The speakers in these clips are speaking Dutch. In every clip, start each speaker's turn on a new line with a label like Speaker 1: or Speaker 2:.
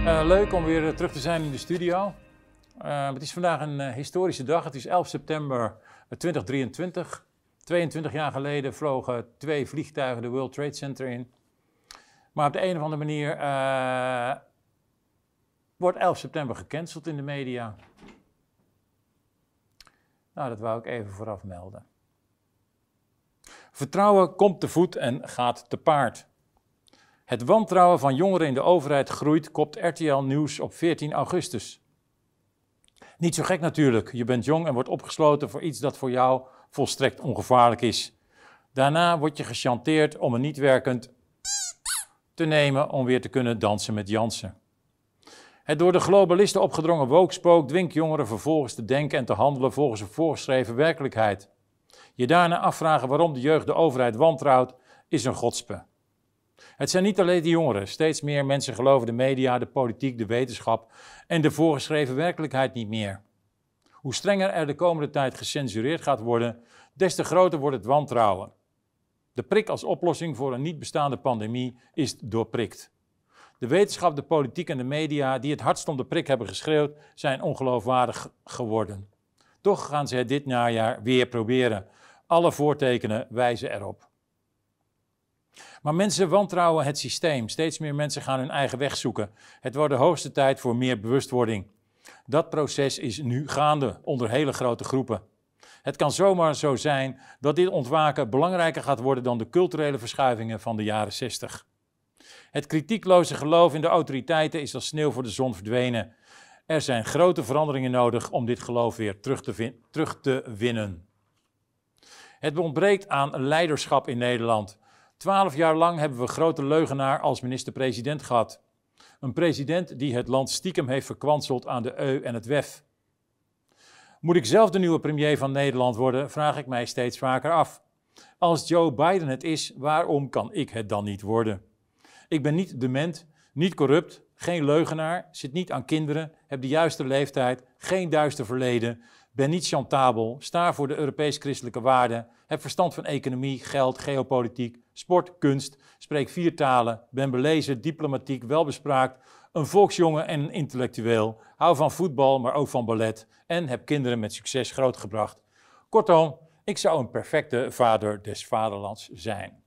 Speaker 1: Leuk om weer terug te zijn in de studio. Het is vandaag een historische dag. Het is 11 september 2023. 22 jaar geleden vlogen 2 vliegtuigen de World Trade Center in. Maar op de een of andere manier wordt 11 september gecanceld in de media. Nou, dat wou ik even vooraf melden. Vertrouwen komt te voet en gaat te paard. Het wantrouwen van jongeren in de overheid groeit, kopt RTL Nieuws op 14 augustus. Niet zo gek natuurlijk, je bent jong en wordt opgesloten voor iets dat voor jou volstrekt ongevaarlijk is. Daarna word je gechanteerd om een niet werkend te nemen om weer te kunnen dansen met Jansen. Het door de globalisten opgedrongen woke-spook dwingt jongeren vervolgens te denken en te handelen volgens een voorgeschreven werkelijkheid. Je daarna afvragen waarom de jeugd de overheid wantrouwt, is een godspe. Het zijn niet alleen de jongeren, steeds meer mensen geloven de media, de politiek, de wetenschap en de voorgeschreven werkelijkheid niet meer. Hoe strenger er de komende tijd gecensureerd gaat worden, des te groter wordt het wantrouwen. De prik als oplossing voor een niet bestaande pandemie is doorprikt. De wetenschap, de politiek en de media die het hardst om de prik hebben geschreeuwd, zijn ongeloofwaardig geworden. Toch gaan ze het dit najaar weer proberen. Alle voortekenen wijzen erop. Maar mensen wantrouwen het systeem. Steeds meer mensen gaan hun eigen weg zoeken. Het wordt de hoogste tijd voor meer bewustwording. Dat proces is nu gaande onder hele grote groepen. Het kan zomaar zo zijn dat dit ontwaken belangrijker gaat worden dan de culturele verschuivingen van de jaren 60. Het kritiekloze geloof in de autoriteiten is als sneeuw voor de zon verdwenen. Er zijn grote veranderingen nodig om dit geloof weer terug te winnen. Het ontbreekt aan leiderschap in Nederland. 12 jaar lang hebben we grote leugenaar als minister-president gehad. Een president die het land stiekem heeft verkwanseld aan de EU en het WEF. Moet ik zelf de nieuwe premier van Nederland worden, vraag ik mij steeds vaker af. Als Joe Biden het is, waarom kan ik het dan niet worden? Ik ben niet dement, niet corrupt, geen leugenaar, zit niet aan kinderen, heb de juiste leeftijd, geen duister verleden, ben niet chantabel, sta voor de Europees-christelijke waarden, heb verstand van economie, geld, geopolitiek, sport, kunst, spreek 4 talen, ben belezen, diplomatiek, welbespraakt, een volksjongen en een intellectueel, hou van voetbal, maar ook van ballet en heb kinderen met succes grootgebracht. Kortom, ik zou een perfecte vader des vaderlands zijn.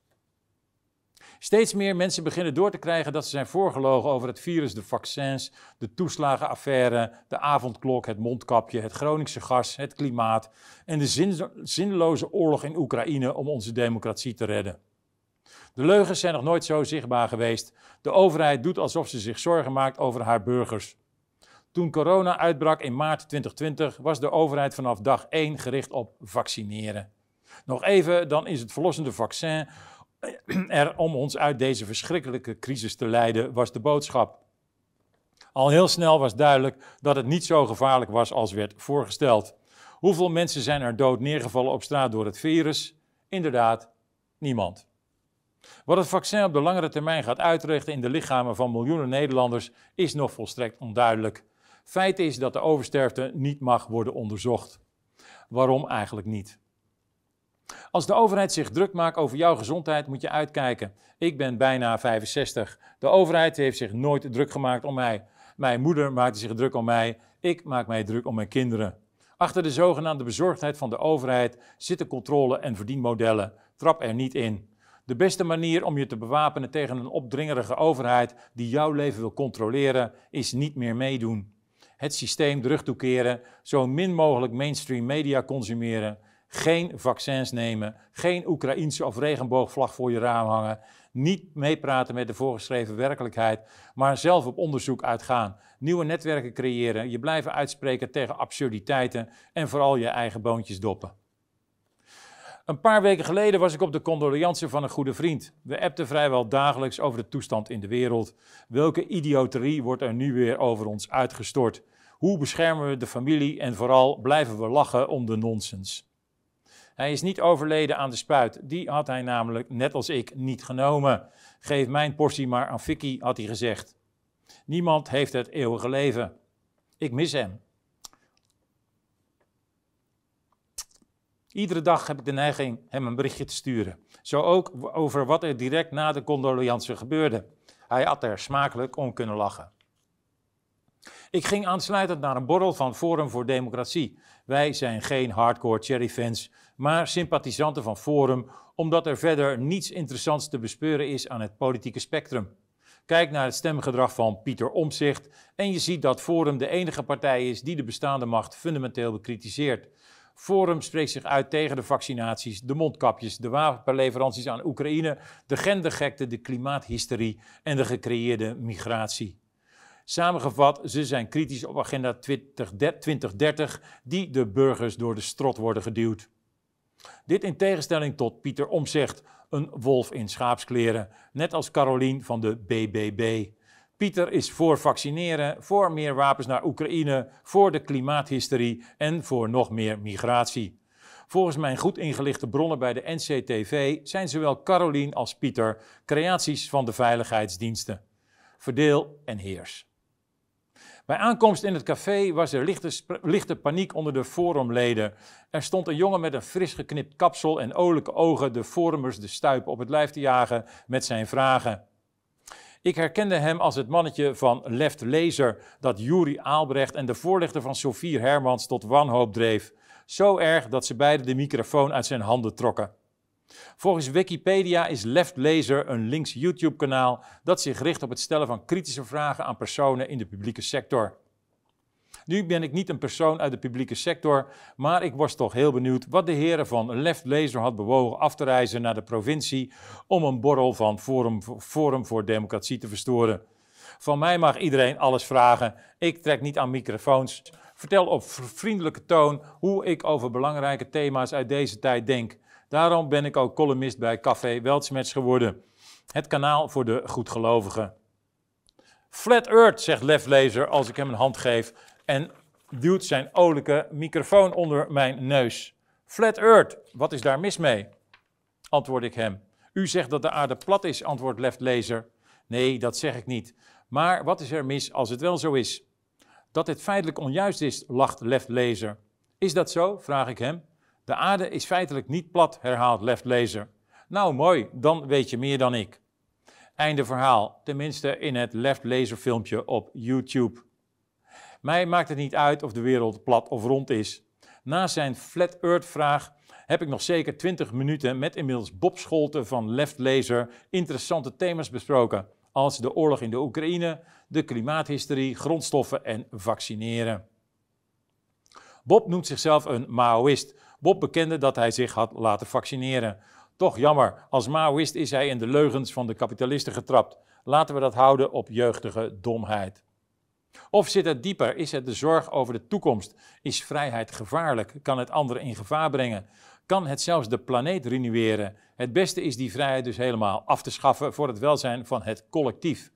Speaker 1: Steeds meer mensen beginnen door te krijgen dat ze zijn voorgelogen over het virus, de vaccins, de toeslagenaffaire, de avondklok, het mondkapje, het Groningse gas, het klimaat en de zinloze oorlog in Oekraïne om onze democratie te redden. De leugens zijn nog nooit zo zichtbaar geweest. De overheid doet alsof ze zich zorgen maakt over haar burgers. Toen corona uitbrak in maart 2020 was de overheid vanaf dag 1 gericht op vaccineren. Nog even, dan is het verlossende vaccin er om ons uit deze verschrikkelijke crisis te leiden, was de boodschap. Al heel snel was duidelijk dat het niet zo gevaarlijk was als werd voorgesteld. Hoeveel mensen zijn er dood neergevallen op straat door het virus? Inderdaad, niemand. Wat het vaccin op de langere termijn gaat uitrichten in de lichamen van miljoenen Nederlanders is nog volstrekt onduidelijk. Feit is dat de oversterfte niet mag worden onderzocht. Waarom eigenlijk niet? Als de overheid zich druk maakt over jouw gezondheid, moet je uitkijken. Ik ben bijna 65. De overheid heeft zich nooit druk gemaakt om mij. Mijn moeder maakte zich druk om mij. Ik maak mij druk om mijn kinderen. Achter de zogenaamde bezorgdheid van de overheid zitten controle- en verdienmodellen. Trap er niet in. De beste manier om je te bewapenen tegen een opdringerige overheid die jouw leven wil controleren, is niet meer meedoen. Het systeem de rug toekeren, zo min mogelijk mainstream media consumeren, geen vaccins nemen, geen Oekraïense of regenboogvlag voor je raam hangen, niet meepraten met de voorgeschreven werkelijkheid, maar zelf op onderzoek uitgaan, nieuwe netwerken creëren, je blijven uitspreken tegen absurditeiten en vooral je eigen boontjes doppen. Een paar weken geleden was ik op de condoleance van een goede vriend. We appten vrijwel dagelijks over de toestand in de wereld. Welke idioterie wordt er nu weer over ons uitgestort? Hoe beschermen we de familie en vooral blijven we lachen om de nonsens? Hij is niet overleden aan de spuit. Die had hij namelijk, net als ik, niet genomen. Geef mijn portie maar aan Vicky, had hij gezegd. Niemand heeft het eeuwige leven. Ik mis hem. Iedere dag heb ik de neiging hem een berichtje te sturen. Zo ook over wat er direct na de condoleance gebeurde. Hij had er smakelijk om kunnen lachen. Ik ging aansluitend naar een borrel van Forum voor Democratie. Wij zijn geen hardcore cherryfans, maar sympathisanten van Forum, omdat er verder niets interessants te bespeuren is aan het politieke spectrum. Kijk naar het stemgedrag van Pieter Omtzigt en je ziet dat Forum de enige partij is die de bestaande macht fundamenteel bekritiseert. Forum spreekt zich uit tegen de vaccinaties, de mondkapjes, de wapenleveranties aan Oekraïne, de gendergekte, de klimaathysterie en de gecreëerde migratie. Samengevat, ze zijn kritisch op agenda 2030 die de burgers door de strot worden geduwd. Dit in tegenstelling tot Pieter Omtzigt, een wolf in schaapskleren, net als Carolien van de BBB. Pieter is voor vaccineren, voor meer wapens naar Oekraïne, voor de klimaathysterie en voor nog meer migratie. Volgens mijn goed ingelichte bronnen bij de NCTV zijn zowel Carolien als Pieter creaties van de veiligheidsdiensten. Verdeel en heers. Bij aankomst in het café was er lichte paniek onder de forumleden. Er stond een jongen met een fris geknipt kapsel en olijke ogen de forumers de stuip op het lijf te jagen met zijn vragen. Ik herkende hem als het mannetje van Left Lezer dat Juri Aalbrecht en de voorlichter van Sophie Hermans tot wanhoop dreef. Zo erg dat ze beiden de microfoon uit zijn handen trokken. Volgens Wikipedia is Left Lezer een links YouTube-kanaal dat zich richt op het stellen van kritische vragen aan personen in de publieke sector. Nu ben ik niet een persoon uit de publieke sector, maar ik was toch heel benieuwd wat de heren van Left Lezer had bewogen af te reizen naar de provincie om een borrel van Forum voor Democratie te verstoren. Van mij mag iedereen alles vragen, ik trek niet aan microfoons. Vertel op vriendelijke toon hoe ik over belangrijke thema's uit deze tijd denk. Daarom ben ik ook columnist bij Café Weltschmerz geworden. Het kanaal voor de goedgelovigen. Flat Earth, zegt Left Lezer als ik hem een hand geef en duwt zijn olijke microfoon onder mijn neus. Flat Earth, wat is daar mis mee? Antwoord ik hem. U zegt dat de aarde plat is, antwoordt Left Lezer. Nee, dat zeg ik niet. Maar wat is er mis als het wel zo is? Dat dit feitelijk onjuist is, lacht Left Lezer. Is dat zo? Vraag ik hem. De aarde is feitelijk niet plat, herhaalt Left Lezer. Nou mooi, dan weet je meer dan ik. Einde verhaal, tenminste in het Left Lezer filmpje op YouTube. Mij maakt het niet uit of de wereld plat of rond is. Na zijn Flat Earth vraag heb ik nog zeker 20 minuten met inmiddels Bob Scholten van Left Lezer interessante thema's besproken, als de oorlog in de Oekraïne, de klimaathysterie, grondstoffen en vaccineren. Bob noemt zichzelf een Maoïst. Bob bekende dat hij zich had laten vaccineren. Toch jammer, als Maoïst is hij in de leugens van de kapitalisten getrapt. Laten we dat houden op jeugdige domheid. Of zit het dieper? Is het de zorg over de toekomst? Is vrijheid gevaarlijk? Kan het anderen in gevaar brengen? Kan het zelfs de planeet reneweren? Het beste is die vrijheid dus helemaal af te schaffen voor het welzijn van het collectief.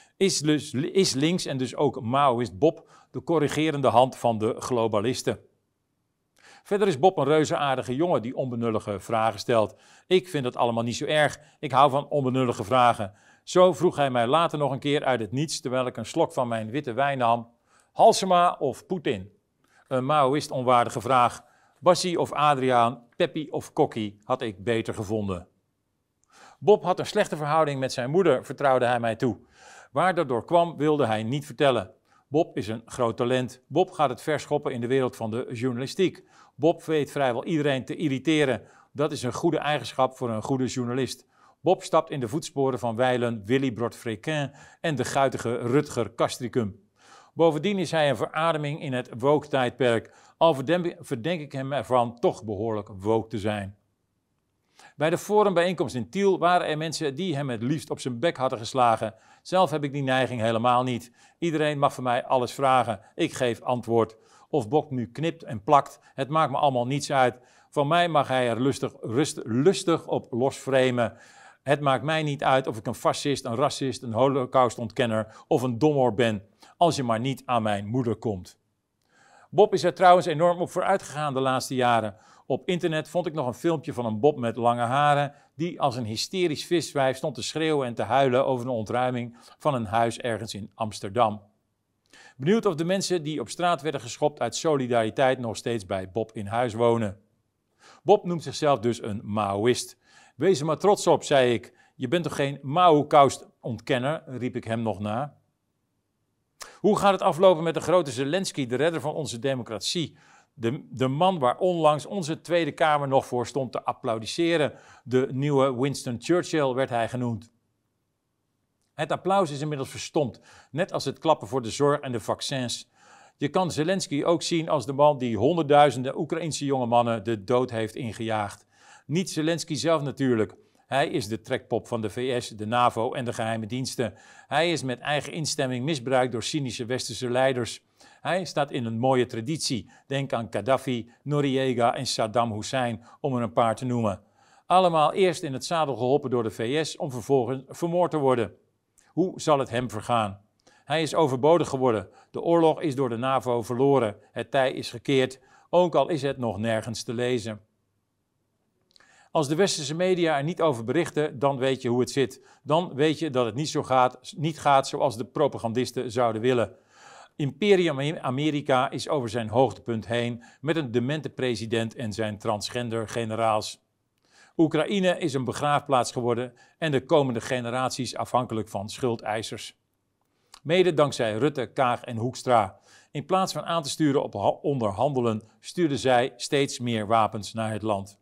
Speaker 1: Is links en dus ook Maoïst Bob de corrigerende hand van de globalisten? Verder is Bob een reuzeaardige jongen die onbenullige vragen stelt. Ik vind het allemaal niet zo erg. Ik hou van onbenullige vragen. Zo vroeg hij mij later nog een keer uit het niets, terwijl ik een slok van mijn witte wijn nam. Halsema of Poetin? Een Maoïst onwaardige vraag. Bassie of Adriaan, Peppi of Kokkie had ik beter gevonden. Bob had een slechte verhouding met zijn moeder, vertrouwde hij mij toe. Waar dat door kwam, wilde hij niet vertellen. Bob is een groot talent. Bob gaat het verschoppen in de wereld van de journalistiek. Bob weet vrijwel iedereen te irriteren. Dat is een goede eigenschap voor een goede journalist. Bob stapt in de voetsporen van wijlen Willibrord Fréquin en de guitige Rutger Castricum. Bovendien is hij een verademing in het woke-tijdperk, al verdenk ik hem ervan toch behoorlijk woke te zijn. Bij de forumbijeenkomst in Tiel waren er mensen die hem het liefst op zijn bek hadden geslagen. Zelf heb ik die neiging helemaal niet. Iedereen mag van mij alles vragen. Ik geef antwoord. Of Bob nu knipt en plakt, het maakt me allemaal niets uit. Van mij mag hij er lustig op losframen. Het maakt mij niet uit of ik een fascist, een racist, een holocaustontkenner of een domoor ben, als je maar niet aan mijn moeder komt. Bob is er trouwens enorm op vooruit gegaan de laatste jaren. Op internet vond ik nog een filmpje van een Bob met lange haren die als een hysterisch viswijf stond te schreeuwen en te huilen over een ontruiming van een huis ergens in Amsterdam. Benieuwd of de mensen die op straat werden geschopt uit solidariteit nog steeds bij Bob in huis wonen. Bob noemt zichzelf dus een Maoïst. Wees er maar trots op, zei ik. Je bent toch geen Mao-koustontkenner, riep ik hem nog na. Hoe gaat het aflopen met de grote Zelensky, de redder van onze democratie? De man waar onlangs onze Tweede Kamer nog voor stond te applaudisseren. De nieuwe Winston Churchill werd hij genoemd. Het applaus is inmiddels verstomd, net als het klappen voor de zorg en de vaccins. Je kan Zelensky ook zien als de man die honderdduizenden Oekraïense jonge mannen de dood heeft ingejaagd. Niet Zelensky zelf natuurlijk. Hij is de trekpop van de VS, de NAVO en de geheime diensten. Hij is met eigen instemming misbruikt door cynische westerse leiders. Hij staat in een mooie traditie. Denk aan Gaddafi, Noriega en Saddam Hussein, om er een paar te noemen. Allemaal eerst in het zadel geholpen door de VS om vervolgens vermoord te worden. Hoe zal het hem vergaan? Hij is overbodig geworden. De oorlog is door de NAVO verloren. Het tij is gekeerd, ook al is het nog nergens te lezen. Als de westerse media er niet over berichten, dan weet je hoe het zit. Dan weet je dat het niet gaat zoals de propagandisten zouden willen. Imperium Amerika is over zijn hoogtepunt heen met een demente president en zijn transgender generaals. Oekraïne is een begraafplaats geworden en de komende generaties afhankelijk van schuldeisers. Mede dankzij Rutte, Kaag en Hoekstra. In plaats van aan te sturen op onderhandelen, stuurden zij steeds meer wapens naar het land.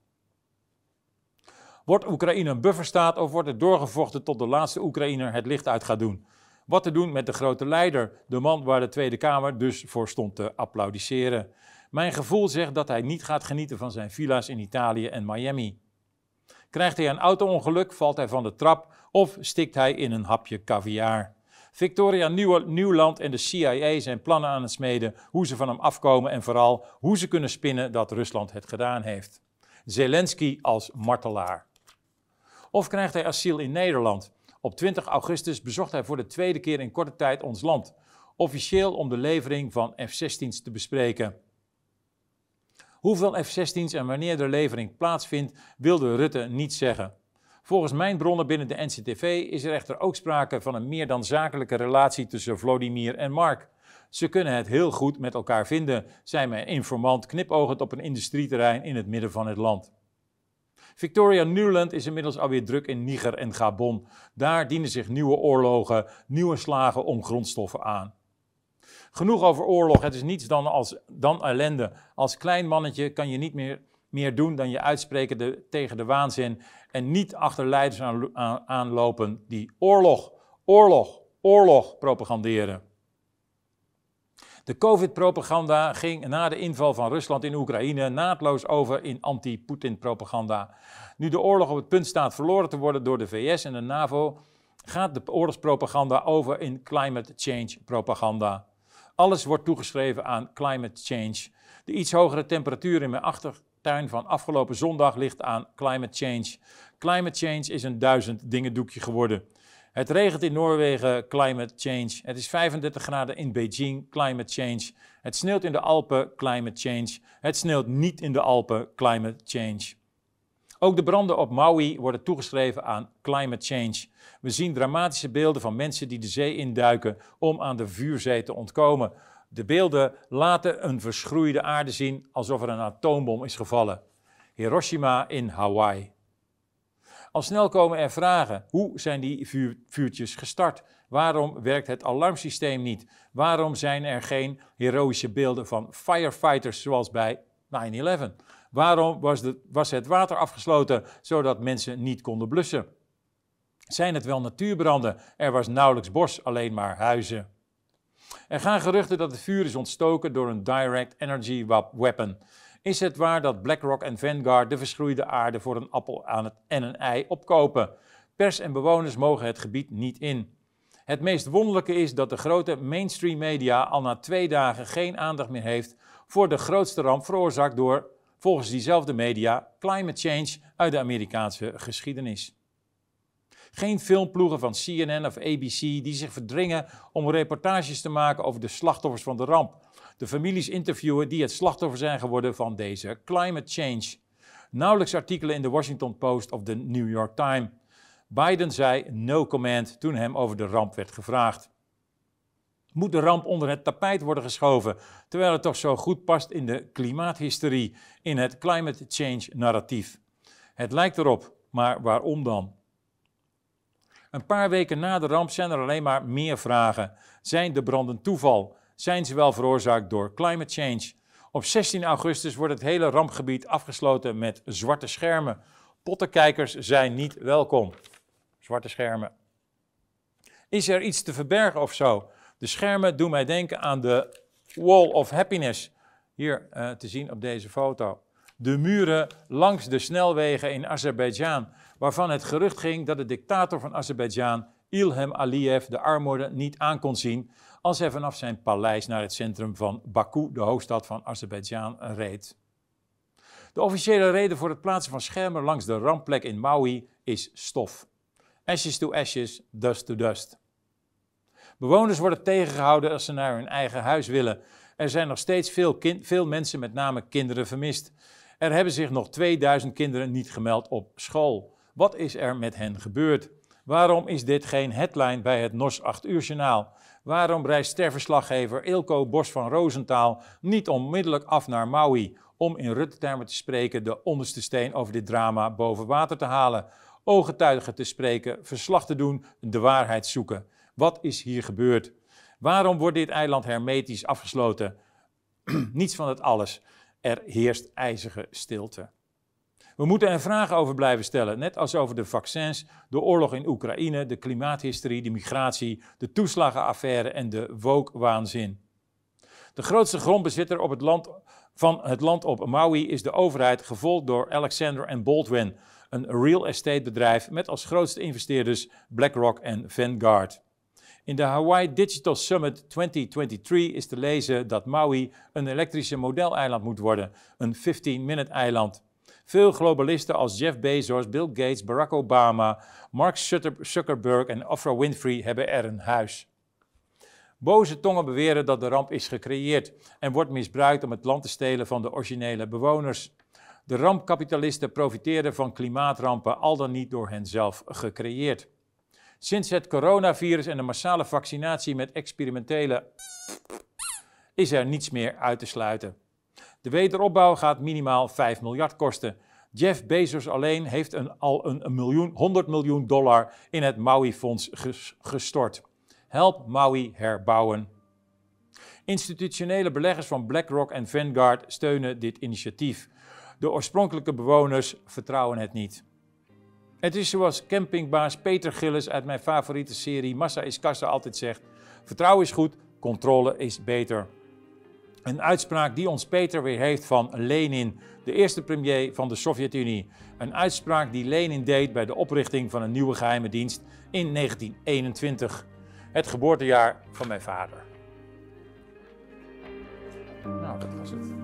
Speaker 1: Wordt Oekraïne een bufferstaat of wordt het doorgevochten tot de laatste Oekraïner het licht uit gaat doen? Wat te doen met de grote leider, de man waar de Tweede Kamer dus voor stond te applaudisseren? Mijn gevoel zegt dat hij niet gaat genieten van zijn villa's in Italië en Miami. Krijgt hij een auto-ongeluk, valt hij van de trap of stikt hij in een hapje caviar? Victoria Nuland en de CIA zijn plannen aan het smeden hoe ze van hem afkomen en vooral hoe ze kunnen spinnen dat Rusland het gedaan heeft. Zelensky als martelaar. Of krijgt hij asiel in Nederland? Op 20 augustus bezocht hij voor de tweede keer in korte tijd ons land. Officieel om de levering van F-16's te bespreken. Hoeveel F-16's en wanneer de levering plaatsvindt, wilde Rutte niet zeggen. Volgens mijn bronnen binnen de NCTV is er echter ook sprake van een meer dan zakelijke relatie tussen Vladimir en Mark. Ze kunnen het heel goed met elkaar vinden, zei mijn informant knipoogend op een industrieterrein in het midden van het land. Victoria Nuland is inmiddels alweer druk in Niger en Gabon. Daar dienen zich nieuwe oorlogen, nieuwe slagen om grondstoffen aan. Genoeg over oorlog, het is niets dan ellende. Als klein mannetje kan je niet meer doen dan je uitspreken tegen de waanzin en niet achter leiders aanlopen die oorlog propaganderen. De COVID-propaganda ging na de inval van Rusland in Oekraïne naadloos over in anti-Poetin-propaganda. Nu de oorlog op het punt staat verloren te worden door de VS en de NAVO, gaat de oorlogspropaganda over in climate change-propaganda. Alles wordt toegeschreven aan climate change. De iets hogere temperatuur in mijn achtertuin van afgelopen zondag ligt aan climate change. Climate change is een 1000 dingen doekje geworden. Het regent in Noorwegen, climate change. Het is 35 graden in Beijing, climate change. Het sneeuwt in de Alpen, climate change. Het sneeuwt niet in de Alpen, climate change. Ook de branden op Maui worden toegeschreven aan climate change. We zien dramatische beelden van mensen die de zee induiken om aan de vuurzee te ontkomen. De beelden laten een verschroeide aarde zien alsof er een atoombom is gevallen. Hiroshima in Hawaii. Al snel komen er vragen. Hoe zijn die vuurtjes gestart? Waarom werkt het alarmsysteem niet? Waarom zijn er geen heroïsche beelden van firefighters zoals bij 9/11? Waarom was het water afgesloten zodat mensen niet konden blussen? Zijn het wel natuurbranden? Er was nauwelijks bos, alleen maar huizen. Er gaan geruchten dat het vuur is ontstoken door een direct energy weapon. Is het waar dat BlackRock en Vanguard de verschroeide aarde voor een appel en een ei opkopen? Pers en bewoners mogen het gebied niet in. Het meest wonderlijke is dat de grote mainstream media al na 2 dagen geen aandacht meer heeft voor de grootste ramp veroorzaakt door, volgens diezelfde media, climate change uit de Amerikaanse geschiedenis. Geen filmploegen van CNN of ABC die zich verdringen om reportages te maken over de slachtoffers van de ramp. De families interviewen die het slachtoffer zijn geworden van deze climate change. Nauwelijks artikelen in de Washington Post of de New York Times. Biden zei no comment toen hem over de ramp werd gevraagd. Moet de ramp onder het tapijt worden geschoven, terwijl het toch zo goed past in de klimaathysterie, in het climate change narratief? Het lijkt erop, maar waarom dan? Een paar weken na de ramp zijn er alleen maar meer vragen. Zijn de branden toeval? Zijn ze wel veroorzaakt door climate change? Op 16 augustus wordt het hele rampgebied afgesloten met zwarte schermen. Pottenkijkers zijn niet welkom. Zwarte schermen. Is er iets te verbergen of zo? De schermen doen mij denken aan de Wall of Happiness. Hier te zien op deze foto. De muren langs de snelwegen in Azerbeidzjan, waarvan het gerucht ging dat de dictator van Azerbeidzjan, Ilham Aliyev, de armoede niet aan kon zien als hij vanaf zijn paleis naar het centrum van Baku, de hoofdstad van Azerbeidzjan, reed. De officiële reden voor het plaatsen van schermen langs de rampplek in Maui is stof. Ashes to ashes, dust to dust. Bewoners worden tegengehouden als ze naar hun eigen huis willen. Er zijn nog steeds veel mensen, met name kinderen, vermist. Er hebben zich nog 2000 kinderen niet gemeld op school. Wat is er met hen gebeurd? Waarom is dit geen headline bij het NOS 8 uur journaal? Waarom reist sterverslaggever Eelco Bos van Roosentaal niet onmiddellijk af naar Maui om in Rutte-termen te spreken de onderste steen over dit drama boven water te halen, ooggetuigen te spreken, verslag te doen, de waarheid zoeken? Wat is hier gebeurd? Waarom wordt dit eiland hermetisch afgesloten? Niets van het alles. Er heerst ijzige stilte. We moeten er vragen over blijven stellen, net als over de vaccins, de oorlog in Oekraïne, de klimaathysterie, de migratie, de toeslagenaffaire en de woke-waanzin. De grootste grondbezitter op het land op Maui is de overheid, gevolgd door Alexander & Baldwin, een real estate bedrijf met als grootste investeerders BlackRock en Vanguard. In de Hawaii Digital Summit 2023 is te lezen dat Maui een elektrische modeleiland moet worden, een 15-minute eiland. Veel globalisten als Jeff Bezos, Bill Gates, Barack Obama, Mark Zuckerberg en Oprah Winfrey hebben er een huis. Boze tongen beweren dat de ramp is gecreëerd en wordt misbruikt om het land te stelen van de originele bewoners. De rampkapitalisten profiteren van klimaatrampen, al dan niet door hen zelf gecreëerd. Sinds het coronavirus en de massale vaccinatie met experimentele is er niets meer uit te sluiten. De wederopbouw gaat minimaal 5 miljard kosten. Jeff Bezos alleen heeft al een 100 miljoen dollar in het Maui-fonds gestort. Help Maui herbouwen. Institutionele beleggers van BlackRock en Vanguard steunen dit initiatief. De oorspronkelijke bewoners vertrouwen het niet. Het is zoals campingbaas Peter Gillis uit mijn favoriete serie Massa is Kassa altijd zegt: vertrouwen is goed, controle is beter. Een uitspraak die ons Peter weer heeft van Lenin, de eerste premier van de Sovjet-Unie. Een uitspraak die Lenin deed bij de oprichting van een nieuwe geheime dienst in 1921. Het geboortejaar van mijn vader. Nou, dat was het.